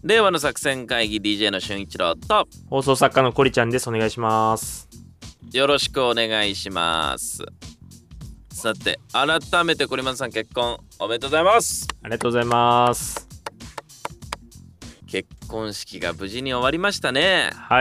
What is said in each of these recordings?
令和の作戦会議 DJ の俊一郎と放送作家のコリちゃんです。お願いします。 よろしくお願いします。さて改めてコリマンさん結婚おめでとうございます。 ありがとうございます。 結婚式が無事に終わりましたね。 はい、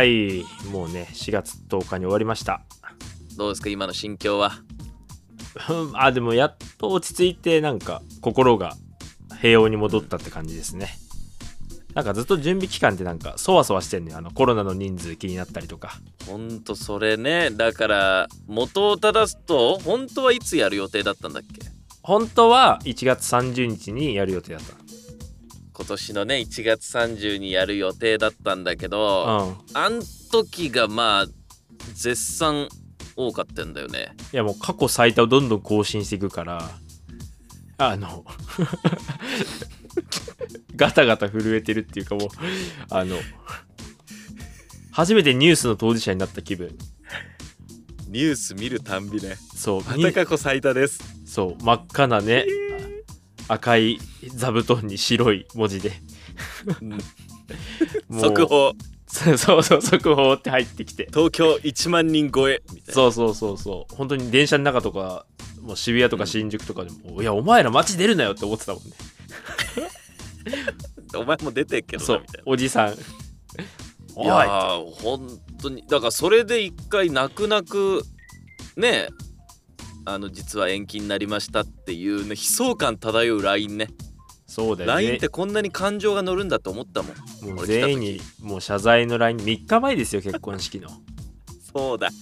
もうね4月10日に終わりました。 どうですか今の心境は。 でもやっと落ち着いてなんか心が平穏に戻ったって感じですね。なんかずっと準備期間ってなんかそわそわしてんね。コロナの人数気になったりとか。 ほんとそれね。だから元を正すと本当はいつやる予定だったんだっけ。 本当は1月30日にやる予定だった。 今年のね1月30にやる予定だったんだけど、あん時がまあ絶賛多かったんだよね。 いやもう過去最多をどんどん更新していくからガタガタ震えてるっていうか、もう初めてニュースの当事者になった気分。 ニュース見るたんびね。 そう、 また過去最多です。 そう真っ赤なね、赤い座布団に白い文字で速報。 そう速報って入ってきて、 東京1万人超えみたいな。 そう本当に電車の中とかもう渋谷とか新宿とかでも、いやお前ら街出るなよって思ってたもんね。 お前も出てっけどなみたいな。 おじさん。 いやー本当にだからそれで一回泣くね、実は延期になりましたっていうね、悲壮感漂う LINE ね。 そうだよね。 LINE ってこんなに感情が乗るんだと思ったもん。 もう全員にもう謝罪の LINE 3日前ですよ、結婚式の。 そうだ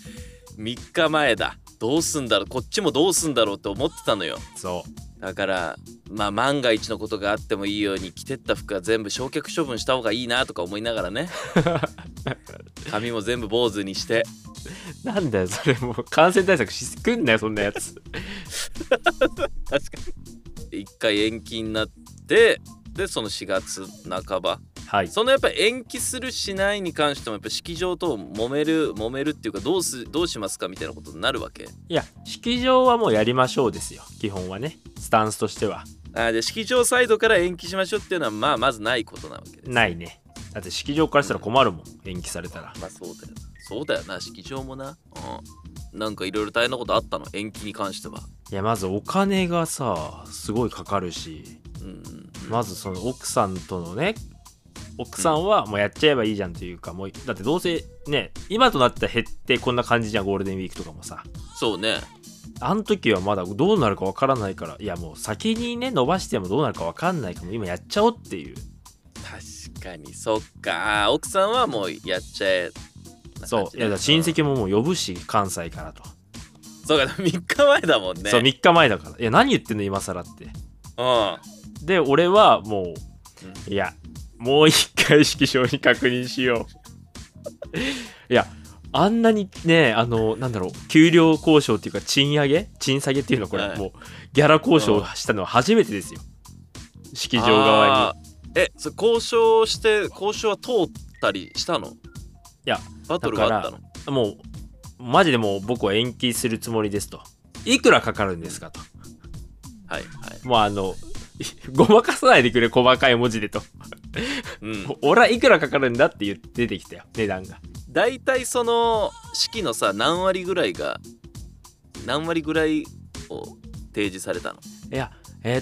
3日前だ。どうすんだろう、こっちもどうすんだろうって思ってたのよ。 そうだからまあ万が一のことがあってもいいように着てった服は全部焼却処分した方がいいなとか思いながらね。髪も全部坊主にして。 なんだよそれ、もう感染対策くんなよそんなやつ。 確かに一回延期になって、でその4月半ば、 はい、 そのやっぱ延期するしないに関してもやっぱ式場と揉めるっていうか、どうしますかみたいなことになるわけ。 いや式場はもうやりましょうですよ、基本はね、スタンスとしては。 で式場サイドから延期しましょうっていうのはまずないことなわけです。 ないね。だって式場からしたら困るもん、延期されたら。 まあそうだよな式場もな。なんかいろいろ大変なことあったの、延期に関しては。 いやまずお金がさすごいかかるし、まずその奥さんとのね、奥さんはもうやっちゃえばいいじゃんというか、もうだってどうせね今となっては減ってこんな感じじゃん、ゴールデンウィークとかもさ。 そうね。 あの時はまだどうなるかわからないから、いやもう先にね伸ばしてもどうなるかわかんないから、今やっちゃおうっていう。 確かにそっか。奥さんはもうやっちゃえ。 そう、いやだ親戚ももう呼ぶし、関西からと。 そうか3日前だもんね。 そう3日前だから、いや何言ってんの今更って。で俺はもう、いやもう一回式場に確認しよう。いやあんなにね、なんだろう、給料交渉っていうか賃下げっていうの、これ、もうギャラ交渉したのは初めてですよ、式場側に。 それ交渉は通ったりしたの？いやバトルがあったの？ もうマジでもう僕は延期するつもりですと。いくらかかるんですかと。 はいもうごまかさないでくれ、細かい文字でと。俺はいくらかかるんだって出てきたよ、値段が。 だいたいその式のさ何割ぐらいを提示されたの？ いや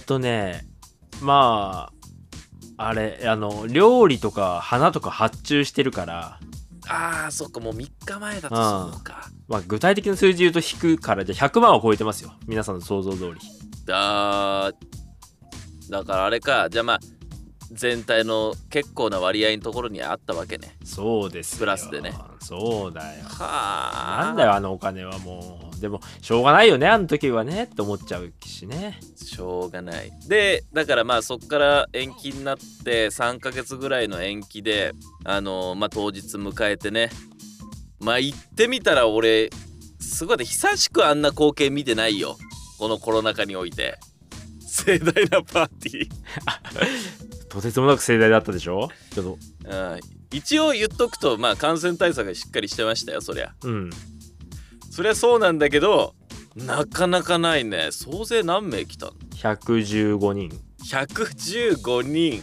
まああれ料理とか花とか発注してるから。 そっか、もう3日前だとそうか。 まあ具体的な数字言うと引くから、じゃあ100万は超えてますよ、皆さんの想像通り。 だからあれか、じゃあまあ全体の結構な割合のところにあったわけね。 そうですよ、 プラスでね。 そうだよ。 なんだよお金は。もうでもしょうがないよね、あの時はねって思っちゃうしね。 しょうがない。でだからまあそっから延期になって3ヶ月ぐらいの延期で当日迎えてね、行ってみたら俺すごい久しくあんな光景見てないよ、このコロナ禍において。盛大なパーティー。 とてつもなく盛大だったでしょ。ちょっと一応言っとくと、感染対策がしっかりしてましたよ、そりゃ。そりゃそうなんだけど、なかなかないね。総勢何名来たの？ 115人。 115人。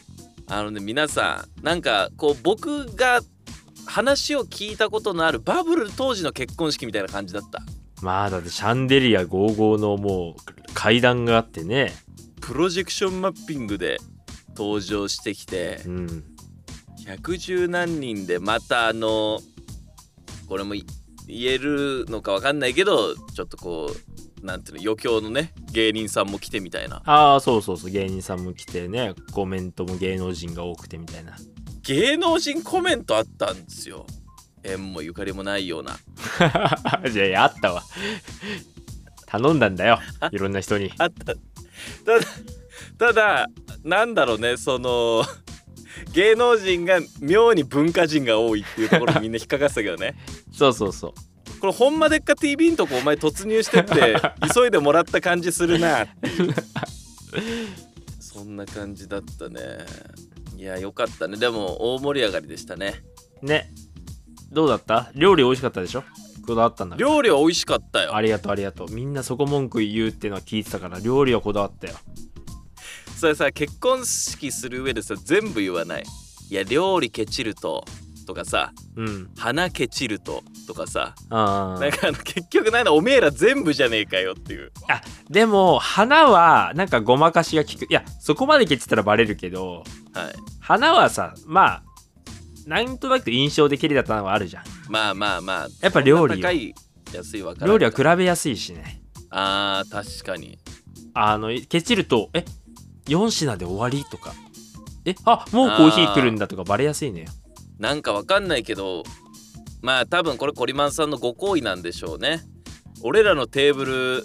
皆さんなんかこう僕が話を聞いたことのあるバブル当時の結婚式みたいな感じだった。 まあだってシャンデリア55のもう階段があってね、 プロジェクションマッピングで登場してきて、110何人でまたこれも言えるのか分かんないけど、ちょっとこうなんていうの、余興のね芸人さんも来てみたいな。 そう芸人さんも来てね、コメントも芸能人が多くてみたいな。 芸能人コメントあったんですよ。縁もゆかりもないような。 じゃああったわ。頼んだんだよ、いろんな人に。 あった。ただなんだろうね、芸能人が妙に文化人が多いっていうところにみんな引っかかってたけどね。 そうこれほんまでっか TV んとこお前突入してって急いでもらった感じするなっていうそんな感じだったね。いやよかったね。でも大盛り上がりでしたね。 ね、どうだった？料理美味しかったでしょ？こだわったんだ。 料理は美味しかったよ。 ありがとう。みんなそこ文句言うっていうのは聞いてたから、料理はこだわったよ。 それさ、結婚式する上でさ全部言わない？いや料理ケチるとかさ、花ケチるとかさ、なんか結局おめえら全部じゃねえかよっていう。 でも花はなんかごまかしが効く。いやそこまでケチったらバレるけど、花はさ、まあなんとなく印象で綺麗だったのはあるじゃん。 まあやっぱ料理高い安い分から料理は比べやすいしね。 確かに。 ケチると4品で終わりとか、もうコーヒー来るんだとかバレやすいのよ。 なんかわかんないけど、まあ多分これコリマンさんのご厚意なんでしょうね。俺らのテーブル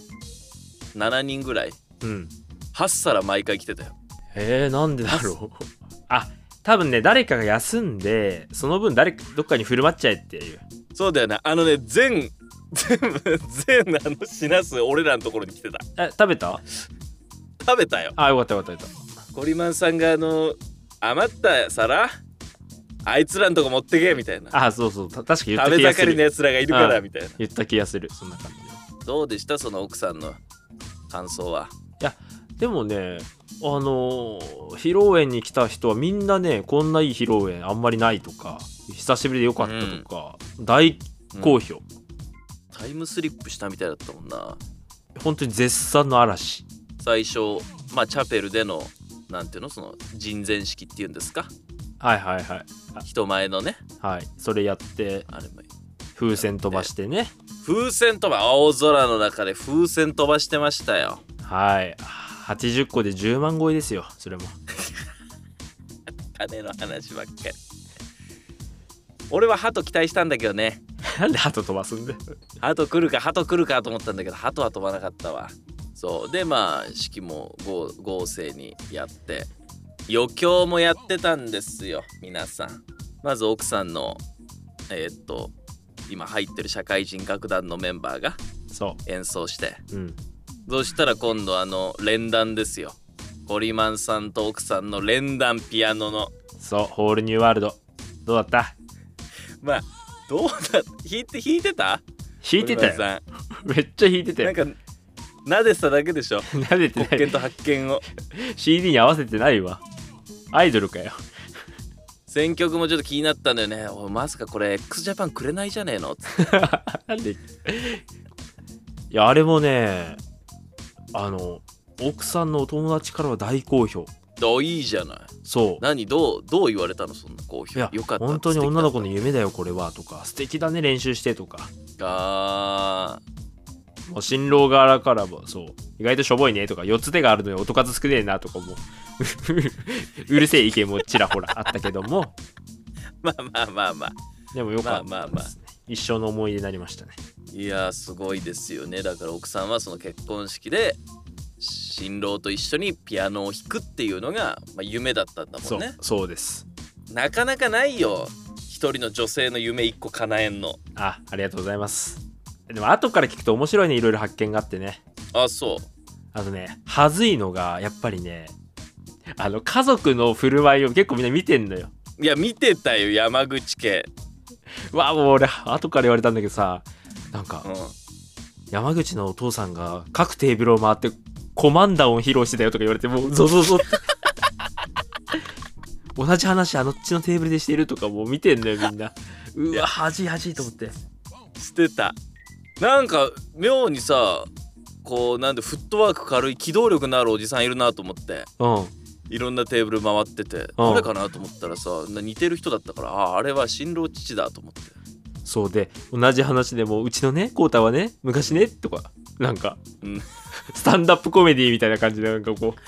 7人ぐらい、8皿毎回来てたよ。 なんでだろう。多分ね、誰かが休んでその分どっかに振る舞っちゃえっていう。 そうだよな。全部品数俺らのところに来てた。 食べたよ。よかった。 コリマンさんが余った皿あいつらのとこ持ってけみたいな。 そう確か言った気がする。食べ盛りのやつらがいるからみたいな。 言った気がする。そんな感じ。どうでしたその奥さんの感想は？ いやでもね、披露宴に来た人はみんなね、こんないい披露宴あんまりないとか、久しぶりでよかったとか、大好評、 タイムスリップしたみたいだったもんな。 本当に絶賛の嵐。 最初チャペルでのなんていうの、その人前式っていうんですか。人前のね、それやって、風船飛ばしてね。青空の中で風船飛ばしてましたよ。80 個で10万超えですよ。それも金の話ばっかり。俺は鳩期待したんだけどね。 なんで鳩飛ばすんだよ。 鳩来るかと思ったんだけど、鳩は飛ばなかったわ。そうで式も豪勢にやって、余興もやってたんですよ皆さん。まず奥さんの今入ってる社会人楽団のメンバーが演奏して、そしたら今度連弾ですよ。コリマンさんと奥さんの連弾ピアノの。 ホールニューワールドどうだった？ どうだ、弾いてたよ。 めっちゃ弾いてたよ。 なんか撫でてただけでしょ。 撫でてない。 黒鍵と発見を CD に合わせてないわ。アイドルかよ。 選曲もちょっと気になったんだよね。まさかこれ x ジャパンくれないじゃねえのなんで？いやあれもね、奥さんのお友達からは大好評。 いいじゃない。どう言われたの？そんな好評。 よかった。本当に女の子の夢だよこれはとか、素敵だね練習してとか。新郎側からも意外としょぼいねとか、4つ手があるのに音数少ねえなとかもうるせえ意見もちらほらあったけどもでもよかったですね。一生の思い出になりましたね。 いやすごいですよね。だから奥さんはその結婚式で新郎と一緒にピアノを弾くっていうのが、夢だったんだもんね。 そうです。 なかなかないよ、一人の女性の夢一個叶えんの。 ありがとうございます。でも後から聞くと面白いね、いろいろ発見があってね。 そう。 はずいのがやっぱりね、家族の振る舞いを結構みんな見てんのよ。 いや見てたよ、山口家。 もう俺後から言われたんだけどさ、なんか、山口のお父さんが各テーブルを回ってコマンダーを披露してたよとか言われて、もうゾゾゾって同じ話あのっちのテーブルでしてるとかもう見てんのよみんな。うわ恥と思ってしてた。なんか妙にさこうなんでフットワーク軽い機動力のあるおじさんいるなと思って、いろんなテーブル回ってて、誰かなと思ったらさ似てる人だったから、あれは新郎父だと思って。 そうで同じ話でもうちのねコウタはね昔ねとかなんか、スタンダップコメディみたいな感じでなんかこう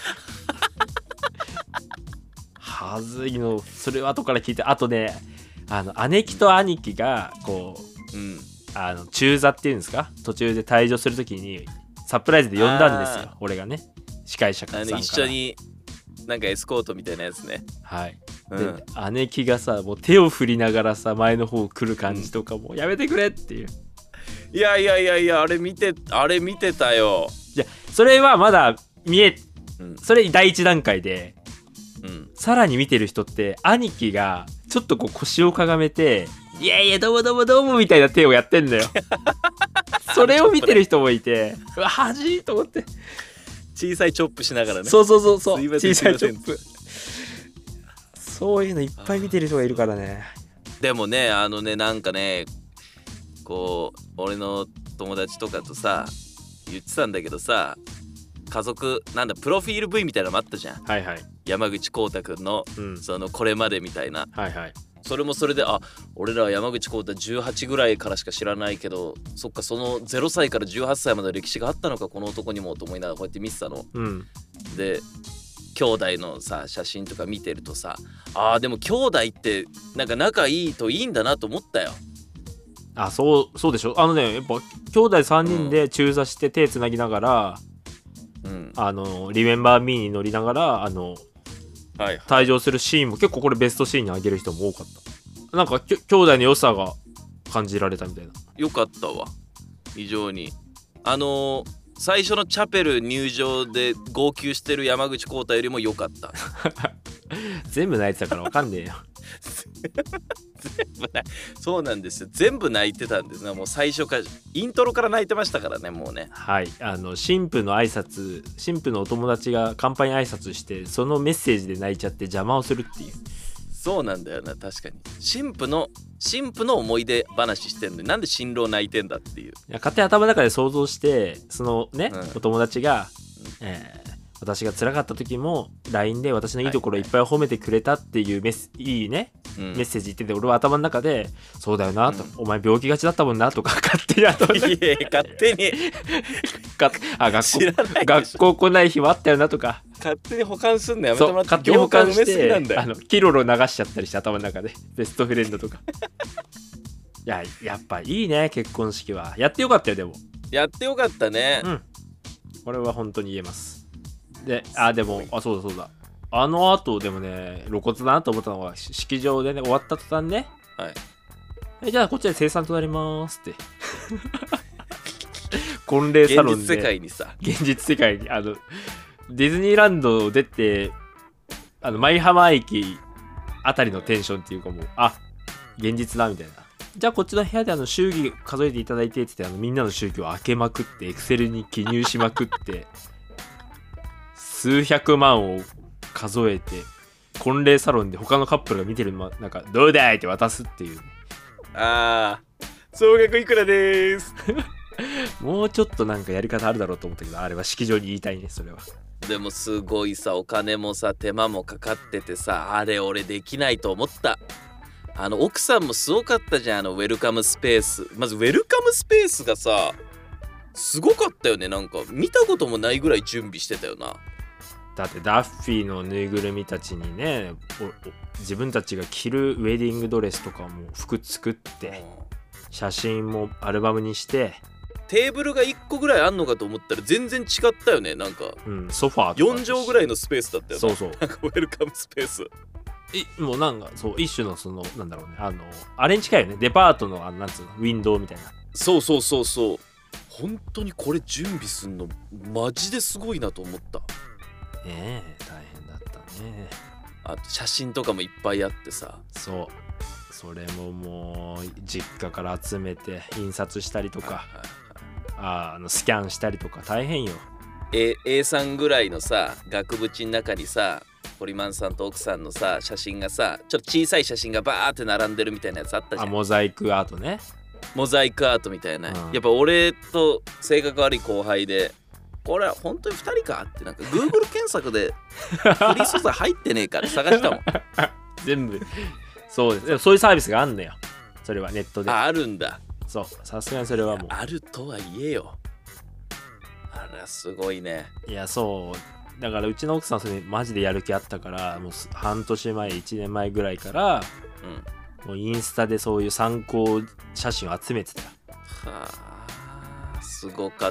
はずいの。それを後から聞いて、あとね姉貴と兄貴がこう、中座っていうんですか、途中で退場するときにサプライズで呼んだんですよ、俺がね司会者から一緒になんかエスコートみたいなやつね。 はい、で姉貴がさもう手を振りながらさ前の方来る感じとかもやめてくれっていう。 いやあれ見てたよ。 じゃそれはまだそれ第一段階で、さらに見てる人って兄貴がちょっとこう腰をかがめていやいやどうもみたいな手をやってんだよそれを見てる人もいてうわ恥と思って、 小さいチョップしながらね。 そう小さいチョップ、そういうのいっぱい見てる人がいるからね。 でもねなんかねこう俺の友達とかとさ言ってたんだけどさ、家族なんだプロフィール V みたいなのもあったじゃん。 はいはい。 山口浩太くんの、そのこれまでみたいな。 はいはい。 それもそれで俺らは山口浩太18ぐらいからしか知らないけど、そっかその0歳から18歳までの歴史があったのかこの男にもと思いながらこうやって見てたの。で兄弟のさ写真とか見てるとさ、でも兄弟ってなんか仲いいといいんだなと思ったよ。 そうでしょ。やっぱ兄弟3人で中座して手つなぎながら、リメンバーミーに乗りながら退場するシーンも結構これベストシーンに上げる人も多かった。なんか兄弟の良さが感じられたみたいな。 よかったわ非常に。最初のチャペル入場で号泣してる山口浩太よりも良かった全部泣いてたから分かんねえよそうなんですよ、全部泣いてたんですね。もう最初からイントロから泣いてましたからね。もうね、 はい新婦のお友達が乾杯に挨拶してそのメッセージで泣いちゃって邪魔をするっていう。 そうなんだよな、確かに新婦の思い出話してんのになんで新郎泣いてんだっていう。 勝手に頭の中で想像してそのね、お友達が、私が辛かった時も LINE で私のいいところいっぱい褒めてくれたっていういいね、メッセージ言ってて、俺は頭の中でそうだよなと、お前病気がちだったもんなとか勝手に頭の中で勝手に学校来ない日もあったよなとか勝手に保管すんのやめてもらって。 勝手に保管してキロロ流しちゃったりして頭の中でベストフレンドとかやっぱいいね結婚式は。やってよかったよ。でもやってよかったね。 これは本当に言えます。ででもそうだ後でもね露骨だなと思ったのは式場でね終わった途端ね、じゃあこっちで生産となりますって婚礼サロンで現実世界にさ現実世界にディズニーランド出て舞浜駅あたりのテンションっていうかもう現実だみたいな。じゃあこっちの部屋で祝儀数えていただいてってみんなの祝儀を開けまくってエクセルに記入しまくって数百万を数えて婚礼サロンで他のカップルが見てるのなんかどうだいって渡すっていう、 総額いくらでーすもうちょっとなんかやり方あるだろうと思ったけど、あれは式場に言いたいね。それはでもすごいさお金もさ手間もかかっててさ、あれ俺できないと思った。奥さんもすごかったじゃん、ウェルカムスペース。まずウェルカムスペースがさすごかったよね。なんか見たこともないぐらい準備してたよな。 だってダッフィーのぬいぐるみたちにね自分たちが着るウェディングドレスとかも服作って写真もアルバムにしてテーブルが1個ぐらいあんのかと思ったら全然違ったよね。なんか、 ソファーとか 4畳ぐらいのスペースだったよね。 そうなんかウェルカムスペースもうなんかそう一種のなんだろうねあれに近いよね。デパートのなんつうのウィンドウみたいな。 そう本当にこれ準備すんのマジですごいなと思った。 大変だったね。 あと写真とかもいっぱいあってさ。 それももう実家から集めて印刷したりとか、スキャンしたりとか大変よ。 A3 ぐらいのさ額縁の中にさポリマンさんと奥さんのさ写真がさちょっと小さい写真がバーって並んでるみたいなやつあったじゃん。 モザイクアートね。 モザイクアートみたいな、 うん、 やっぱ俺と性格悪い後輩でこれは本当に2人かってなんか Google 検索でフリー素材入ってねえかって探したもん全部そうです。でもそういうサービスがあんのよ、それはネットで。 あるんだ。 そう、さすがにそれはもうあるとはいえよ。あらすごいね。 いやそうだからうちの奥さんそれマジでやる気あったから、もう半年前1年前ぐらいから、もうインスタでそういう参考写真を集めてた。 はあ、すごかった。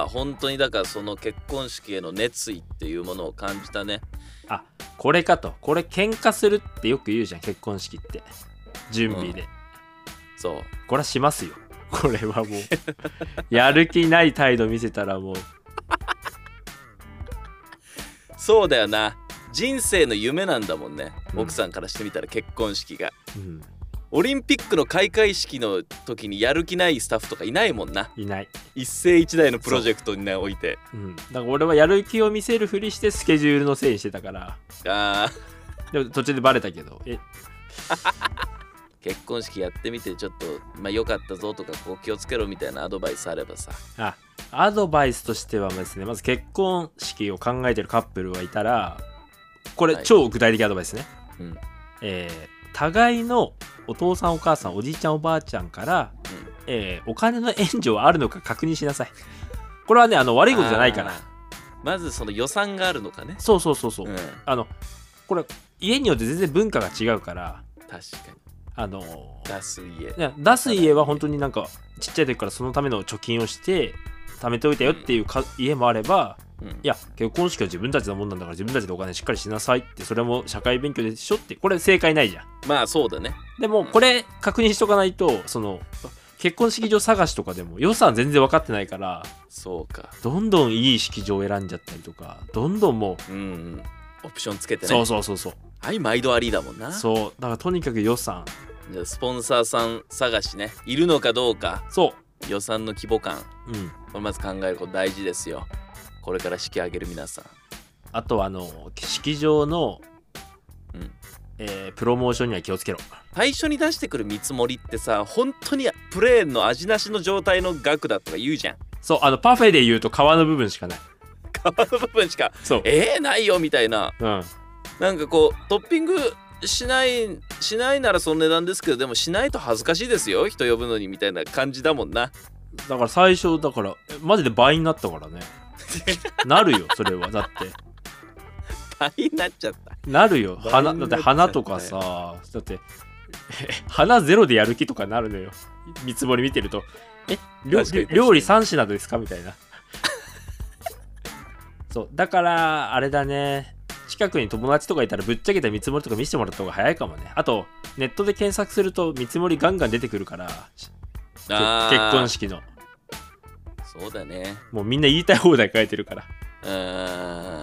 本当にだからその結婚式への熱意っていうものを感じたね。 あ、これかと。これ喧嘩するってよく言うじゃん、結婚式って準備で、 そうこれはしますよ。これはもうやる気ない態度見せたらもうそうだよな。人生の夢なんだもんね、奥さんからしてみたら結婚式が、オリンピックの開会式の時にやる気ないスタッフとかいないもんな。 いない。 一世一代のプロジェクトにおいて、 だから俺はやる気を見せるふりしてスケジュールのせいにしてたから。でも途中でバレたけど結婚式やってみてちょっと良かったぞとかこう気をつけろみたいなアドバイスあればさ。 アドバイスとしてはですね、まず結婚式を考えてるカップルはいたら、これ超具体的アドバイスね、互いのお父さんお母さんおじいちゃんおばあちゃんから、お金の援助はあるのか確認しなさい。これはね悪いことじゃないから。 まずその予算があるのかね。 そう、これ家によって全然文化が違うから。 確かに出す家家は本当になんかちっちゃい時からそのための貯金をして貯めておいたよっていう家もあれば、いや結婚式は自分たちのもんなんだから自分たちでお金しっかりしなさいって、それも社会勉強でしょって、これ正解ないじゃん。 まあそうだね。 でもこれ確認しとかないと、その結婚式場探しとかでも予算全然分かってないから、 そうか、 どんどんいい式場を選んじゃったりとか、どんどんもうオプションつけてね。 そうはい毎度ありだもんな。 そうだからとにかく予算、 じゃあスポンサーさん探しね、いるのかどうか、予算の規模感、これまず考えること大事ですよ、これから式挙げる皆さん。 あとは式場の、プロモーションには気をつけろ。 最初に出してくる見積もりってさ、本当にプレーンの味なしの状態の額だとか言うじゃん。 そう、パフェで言うと皮の部分しかない。 皮の部分しかないよみたいな、なんかこうトッピングしないならその値段ですけど、でもしないと恥ずかしいですよ人呼ぶのにみたいな感じだもんな。 だから最初だからマジで倍になったからねなるよそれは。だって倍になっちゃった。 なるよ。だって花とかさ、だって花ゼロでやる気とかなるのよ、見積もり見てると。料理3品ですかみたいなそうだからあれだね、近くに友達とかいたらぶっちゃけた見積もりとか見せてもらった方が早いかもね。あとネットで検索すると見積もりガンガン出てくるから、結婚式の。 そうだね、 もうみんな言いたい放題書いてるから、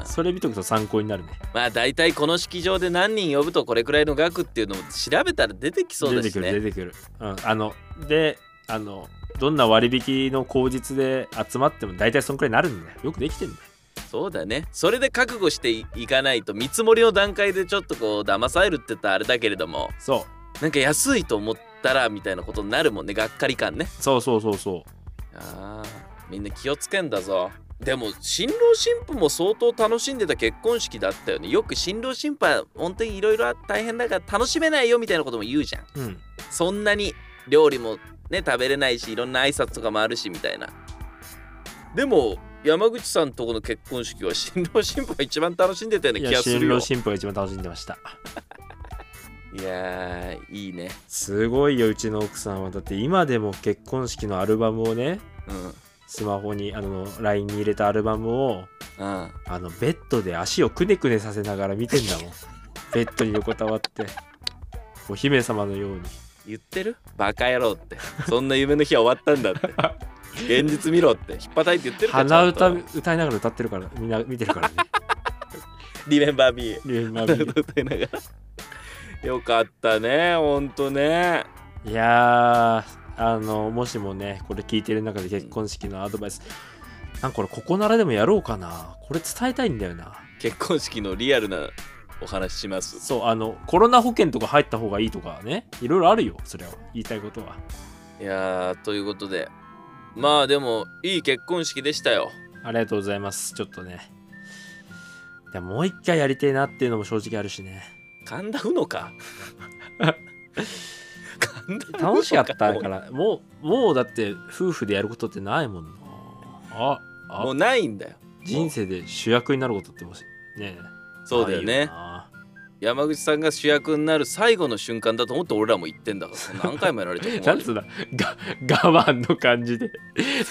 それ見とくと参考になるね。 まあ大体この式場で何人呼ぶとこれくらいの額っていうのも調べたら出てきそうですね。 出てくる。でどんな割引の口実で集まっても大体そんくらいになるんだよ。よくできてるんだよ。 そうだね。それで覚悟していかないと、見積もりの段階でちょっとこう騙されるって言ったらあれだけれども、なんか安いと思ったらみたいなことになるもんね、がっかり感ね。みんな気をつけんだぞ。でも新郎新婦も相当楽しんでた結婚式だったよね。よく新郎新婦は本当にいろいろ大変だから楽しめないよみたいなことも言うじゃん、そんなに料理もね食べれないし、いろんな挨拶とかもあるしみたいな。でも山口さんとこの結婚式は新郎新婦が一番楽しんでたような気がするよ。 新郎新婦が一番楽しんでましたいやーいいね。 すごいようちの奥さんは。だって今でも結婚式のアルバムをね、スマホにLINE に入れたアルバムを、ベッドで足をくねくねさせながら見てんだもんベッドに横たわってお姫様のように。 言ってるバカ野郎って。そんな夢の日は終わったんだって現実見ろってひっぱたいて言ってるから。 鼻歌いながら歌ってるからみんな見てるからねリメンバービー歌いながらよかったね、ほんとね。 いやーもしもねこれ聞いてる中で結婚式のアドバイス、なんかこれここならでもやろうかな。これ伝えたいんだよな。 結婚式のリアルなお話しします。 そうコロナ保険とか入った方がいいとかね、いろいろあるよ、それは言いたいことは。 いやー、ということでまあでもいい結婚式でしたよ。 ありがとうございます。ちょっとね、でももう一回やりてえなっていうのも正直あるしね。 神田うのか楽しかったからもうだって夫婦でやることってないもんな。 もうないんだよ。 人生で主役になることってもしね。 そうだよね。山口さんが主役になる最後の瞬間だと思って俺らも言ってんだから、何回もやられてるなんつうの我慢の感じで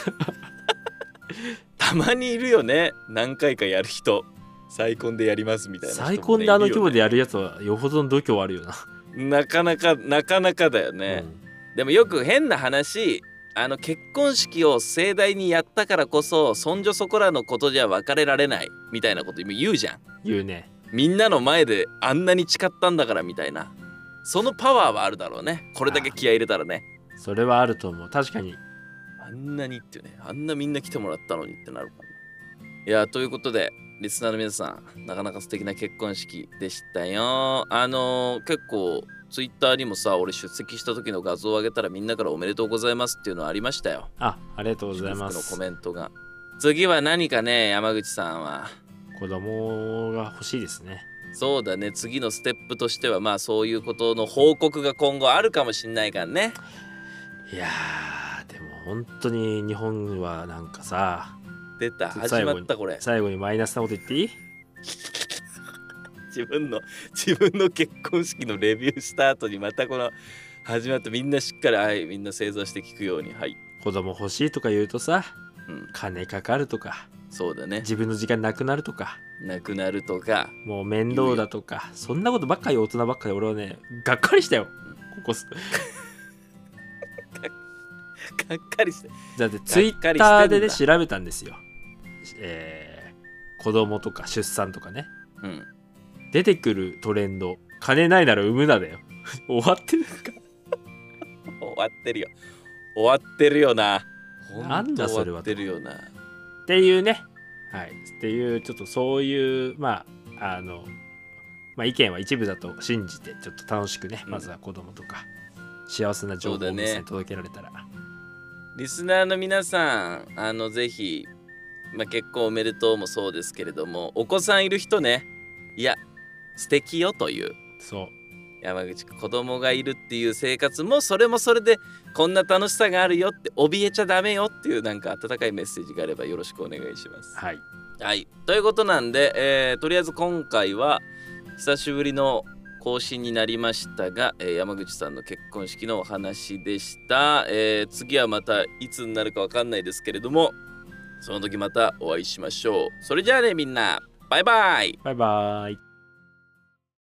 たまにいるよね、何回かやる人。再婚でやりますみたいな人も、ね、 再婚で規模でやるやつはよほどの度胸あるよな。なかなかだよね、でもよく変な話、結婚式を盛大にやったからこそそんじょそこらのことじゃ別れられないみたいなこと言うじゃん。 言うね。 みんなの前であんなに誓ったんだからみたいな、そのパワーはあるだろうね、これだけ気合い入れたらね。 それはあると思う。確かにあんなにっていうね、あんなみんな来てもらったのにってなるからな。いや、ということでリスナーの皆さん、なかなか素敵な結婚式でしたよ。結構ツイッターにもさ、俺出席した時の画像を上げたらみんなからおめでとうございますっていうのありましたよ。 ありがとうございます。 祝福のコメントが。次は何かね、山口さんは。 子供が欲しいですね。 そうだね、次のステップとしてはまあそういうことの報告が今後あるかもしんないからね。 いやー、でも本当に日本はなんかさ、 出た、始まったこれ。 最後にマイナスなこと言っていい？ 自分の結婚式のレビューした後にまたこの始まって、みんなしっかり、はい、みんな正座して聞くように。はい。 子供欲しいとか言うとさ、金かかるとか、 そうだね、 自分の時間なくなるとか、 もう面倒だとか、そんなことばっかり大人ばっかり。俺はね、がっかりしたよ、ここがっかりして。 だってツイッターでね調べたんですよ、子供とか出産とかね、出てくるトレンド、金ないなら産むなだよ終わってるか終わってるよな。 なんだそれは。 終わってるよなっていうね、はい、っていうちょっとそういう意見は一部だと信じて、ちょっと楽しくね、まずは子供とか幸せな情報を皆さんに届けられたら、 リスナーの皆さん、ぜひ、結婚おめでとうもそうですけれども、お子さんいる人ね、いや素敵よという、 そう、 山口子供がいるっていう生活もそれもそれでこんな楽しさがあるよって、怯えちゃダメよっていうなんか温かいメッセージがあればよろしくお願いします。 はい、 はい、ということなんで、とりあえず今回は久しぶりの更新になりましたが、山口さんの結婚式のお話でした。次はまたいつになるかわかんないですけれども、その時またお会いしましょう。それじゃあね、みんなバイバイ。 バイバイ。